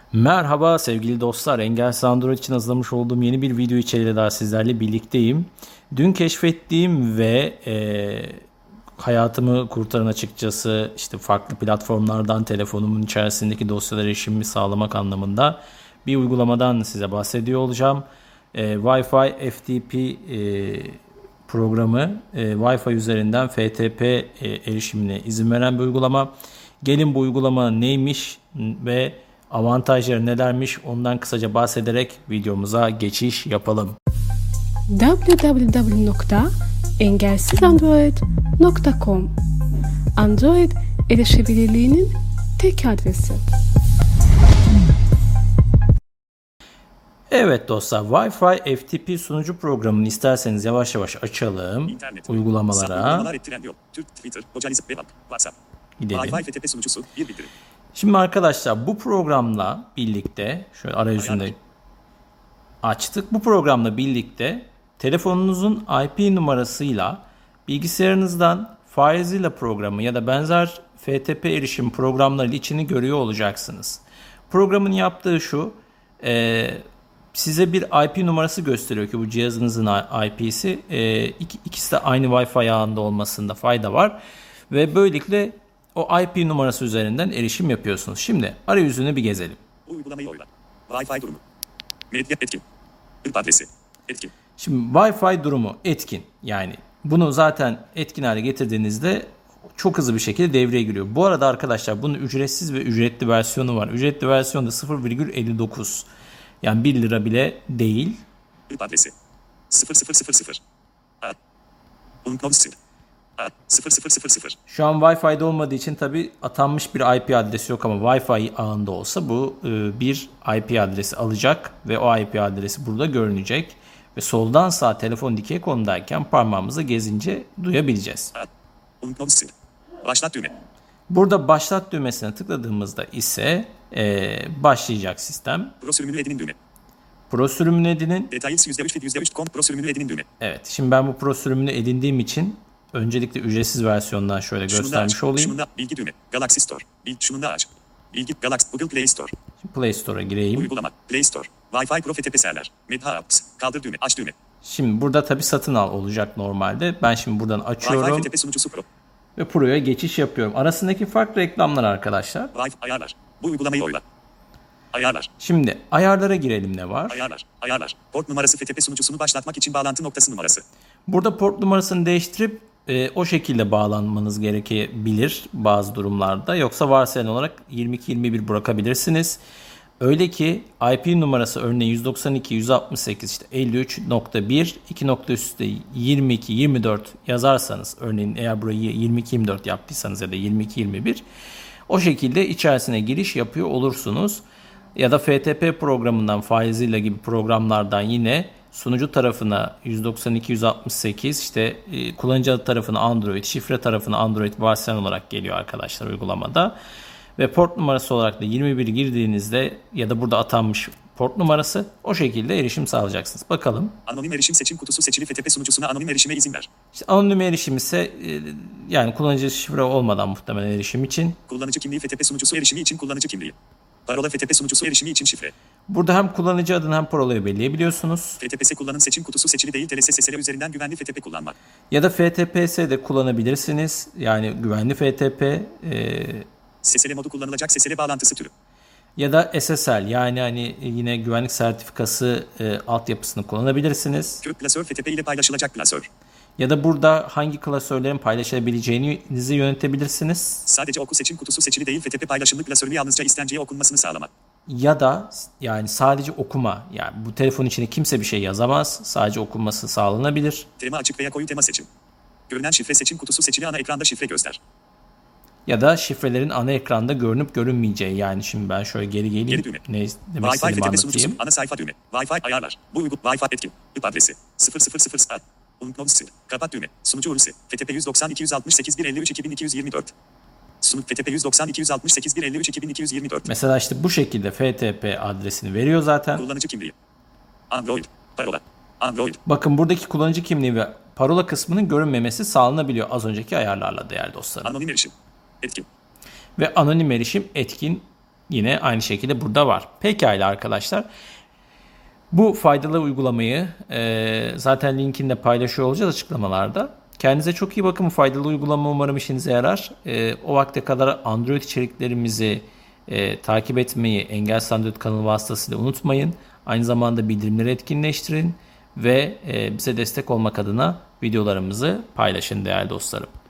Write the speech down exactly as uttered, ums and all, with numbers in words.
Merhaba sevgili dostlar. Engelsiz Android için hazırlamış olduğum yeni bir video içeriğiyle daha sizlerle birlikteyim. Dün keşfettiğim ve e, hayatımı kurtaran açıkçası işte farklı platformlardan telefonumun içerisindeki dosyalara erişimimi sağlamak anlamında bir uygulamadan size bahsediyor olacağım. E, Wi-Fi F T P e, programı e, Wi-Fi üzerinden F T P e, erişimine izin veren bir uygulama. Gelin bu uygulama neymiş ve avantajları nelermiş ondan kısaca bahsederek videomuza geçiş yapalım. double-u double-u double-u nokta engelsiz android nokta com Android erişebilirliğinin tek adresi. Evet dostlar, Wi-Fi F T P sunucu programını isterseniz yavaş yavaş açalım. İnternet, uygulamalara. Uygulamalar ettiren yol. Türk, Twitter, Hocaliz, Webap, WhatsApp. Gidelim. Wi-Fi F T P sunucusu bir bildirim. Şimdi arkadaşlar bu programla birlikte şöyle arayüzünde açtık. Bu programla birlikte telefonunuzun I P numarasıyla bilgisayarınızdan FileZilla programı ya da benzer F T P erişim programlarıyla içini görüyor olacaksınız. Programın yaptığı şu, e, size bir I P numarası gösteriyor ki bu cihazınızın I P'si. E, ik, ikisi de aynı Wi-Fi ağında olmasında fayda var. Ve böylelikle o I P numarası üzerinden erişim yapıyorsunuz. Şimdi arayüzünü bir gezelim. Uygulamayı oyla. Wi-Fi durumu. Medya etkin. I P adresi. Etkin. Şimdi Wi-Fi durumu etkin. Yani bunu zaten etkin hale getirdiğinizde çok hızlı bir şekilde devreye giriyor. Bu arada arkadaşlar bunun ücretsiz ve ücretli versiyonu var. Ücretli versiyonda sıfır virgül elli dokuz. Yani bir lira bile değil. I P adresi. sıfır sıfır sıfır sıfır. Unclosed. sıfır sıfır sıfır sıfır. Şu an Wi-Fi'de olmadığı için tabi atanmış bir I P adresi yok ama Wi-Fi ağında olsa bu e, bir I P adresi alacak ve o I P adresi burada görünecek ve soldan sağ telefon dikey konumdayken parmağımızı gezince duyabileceğiz. Başlat düğme. Burada başlat düğmesine tıkladığımızda ise e, başlayacak sistem. Pro sürümünü edinin düğme. Pro sürümünü edinin. Details yüzde üç fit yüzde üç nokta com pro sürümünü edinin düğme. Evet, şimdi ben bu pro sürümünü edindiğim için öncelikle ücretsiz versiyondan şöyle şununda göstermiş aç, olayım. Şununda bilgi düğme. Galaxy Store. Bilgi şununda aç. Bilgi Galaxy Google Play Store. Şimdi Play Store'a gireyim. Uygulama. Play Store. Wi-Fi Pro F T P server. Medha Apps. Kaldır düğme. Aç düğme. Şimdi burada tabi satın al olacak normalde. Ben şimdi buradan açıyorum. Wi-Fi F T P sunucusu Pro. Ve Pro'ya geçiş yapıyorum. Arasındaki fark reklamlar arkadaşlar. Wi-Fi ayarlar. Bu uygulamayı oyla. Ayarlar. Şimdi ayarlara girelim, ne var? Ayarlar. Ayarlar. Port numarası F T P sunucusunu başlatmak için bağlantı noktası numarası. Burada port numarasını değiştirip e, o şekilde bağlanmanız gerekebilir bazı durumlarda. Yoksa varsayılan olarak yirmi iki yirmi bir bırakabilirsiniz. Öyle ki I P numarası örneğin yüz doksan iki yüz altmış sekiz işte elli üç nokta bir iki nokta üstte yirmi iki yirmi dört yazarsanız, örneğin eğer burayı yirmi iki yirmi dört yaptıysanız ya da yirmi iki yirmi bir, o şekilde içerisine giriş yapıyor olursunuz. Ya da F T P programından, FileZilla gibi programlardan yine sunucu tarafına yüz doksan iki yüz altmış sekiz, işte e, kullanıcı adı tarafına Android, şifre tarafına Android varsayılan olarak geliyor arkadaşlar uygulamada. Ve port numarası olarak da yirmi bir girdiğinizde ya da burada atanmış port numarası, o şekilde erişim sağlayacaksınız. Bakalım. Anonim erişim seçim kutusu seçili F T P sunucusuna anonim erişime izin ver. İşte anonim erişim ise e, yani kullanıcı şifre olmadan muhtemelen erişim için. Kullanıcı kimliği F T P sunucusu erişimi için kullanıcı kimliği. Parola F T P sunucusu erişimi için şifre. Burada hem kullanıcı adını hem parolayı belirleyebiliyorsunuz. F T P S kullanın seçim kutusu seçili değil T L S S L üzerinden güvenli F T P kullanmak. Ya da F T P S de kullanabilirsiniz. Yani güvenli F T P. E, S S L modu kullanılacak S S L bağlantısı türü. Ya da S S L, yani hani yine güvenlik sertifikası e, altyapısını kullanabilirsiniz. Kök klasör F T P ile paylaşılacak klasör. Ya da burada hangi klasörlerin paylaşabileceğinizi yönetebilirsiniz. Sadece oku seçim kutusu seçili değil F T P paylaşımlı klasörünü yalnızca istenciye okunmasını sağlamak. Ya da yani sadece okuma, yani bu telefon içine kimse bir şey yazamaz, sadece okunması sağlanabilir. Tema açık veya koyu tema seçim. Görünen şifre seçim kutusu seçili ana ekranda şifre göster. Ya da şifrelerin ana ekranda görünüp görünmeyeceği, yani şimdi ben şöyle geri geleyim. Geri düğme. Ne demek istediğimi anlatayım. Ana sayfa düğme. Wi-Fi ayarlar. Bu uygu Wi-Fi etkin. I P adresi. sıfır sıfır sıfır sıfır. Unclosed. Kapat düğme. Sunucu ursi. F T P yüz doksan iki yüz altmış sekiz bir elli üç iki bin iki yüz yirmi dört. Sunucu F T P yüz doksan iki yüz altmış sekiz bir elli üç iki bin iki yüz yirmi dört. Mesela işte bu şekilde F T P adresini veriyor zaten. Kullanıcı kimliği. Android. Parola. Android. Bakın buradaki kullanıcı kimliği ve parola kısmının görünmemesi sağlanabiliyor az önceki ayarlarla değerli dostlarım. Anonim erişim. Etkin. Ve anonim erişim etkin yine aynı şekilde burada var. Pekala arkadaşlar. Bu faydalı uygulamayı e, zaten linkini de paylaşıyor olacağız açıklamalarda. Kendinize çok iyi bakın. Bu faydalı uygulama umarım işinize yarar. E, o vakte kadar Android içeriklerimizi e, takip etmeyi Engelsiz Android kanalı vasıtasıyla unutmayın. Aynı zamanda bildirimleri etkinleştirin ve e, bize destek olmak adına videolarımızı paylaşın değerli dostlarım.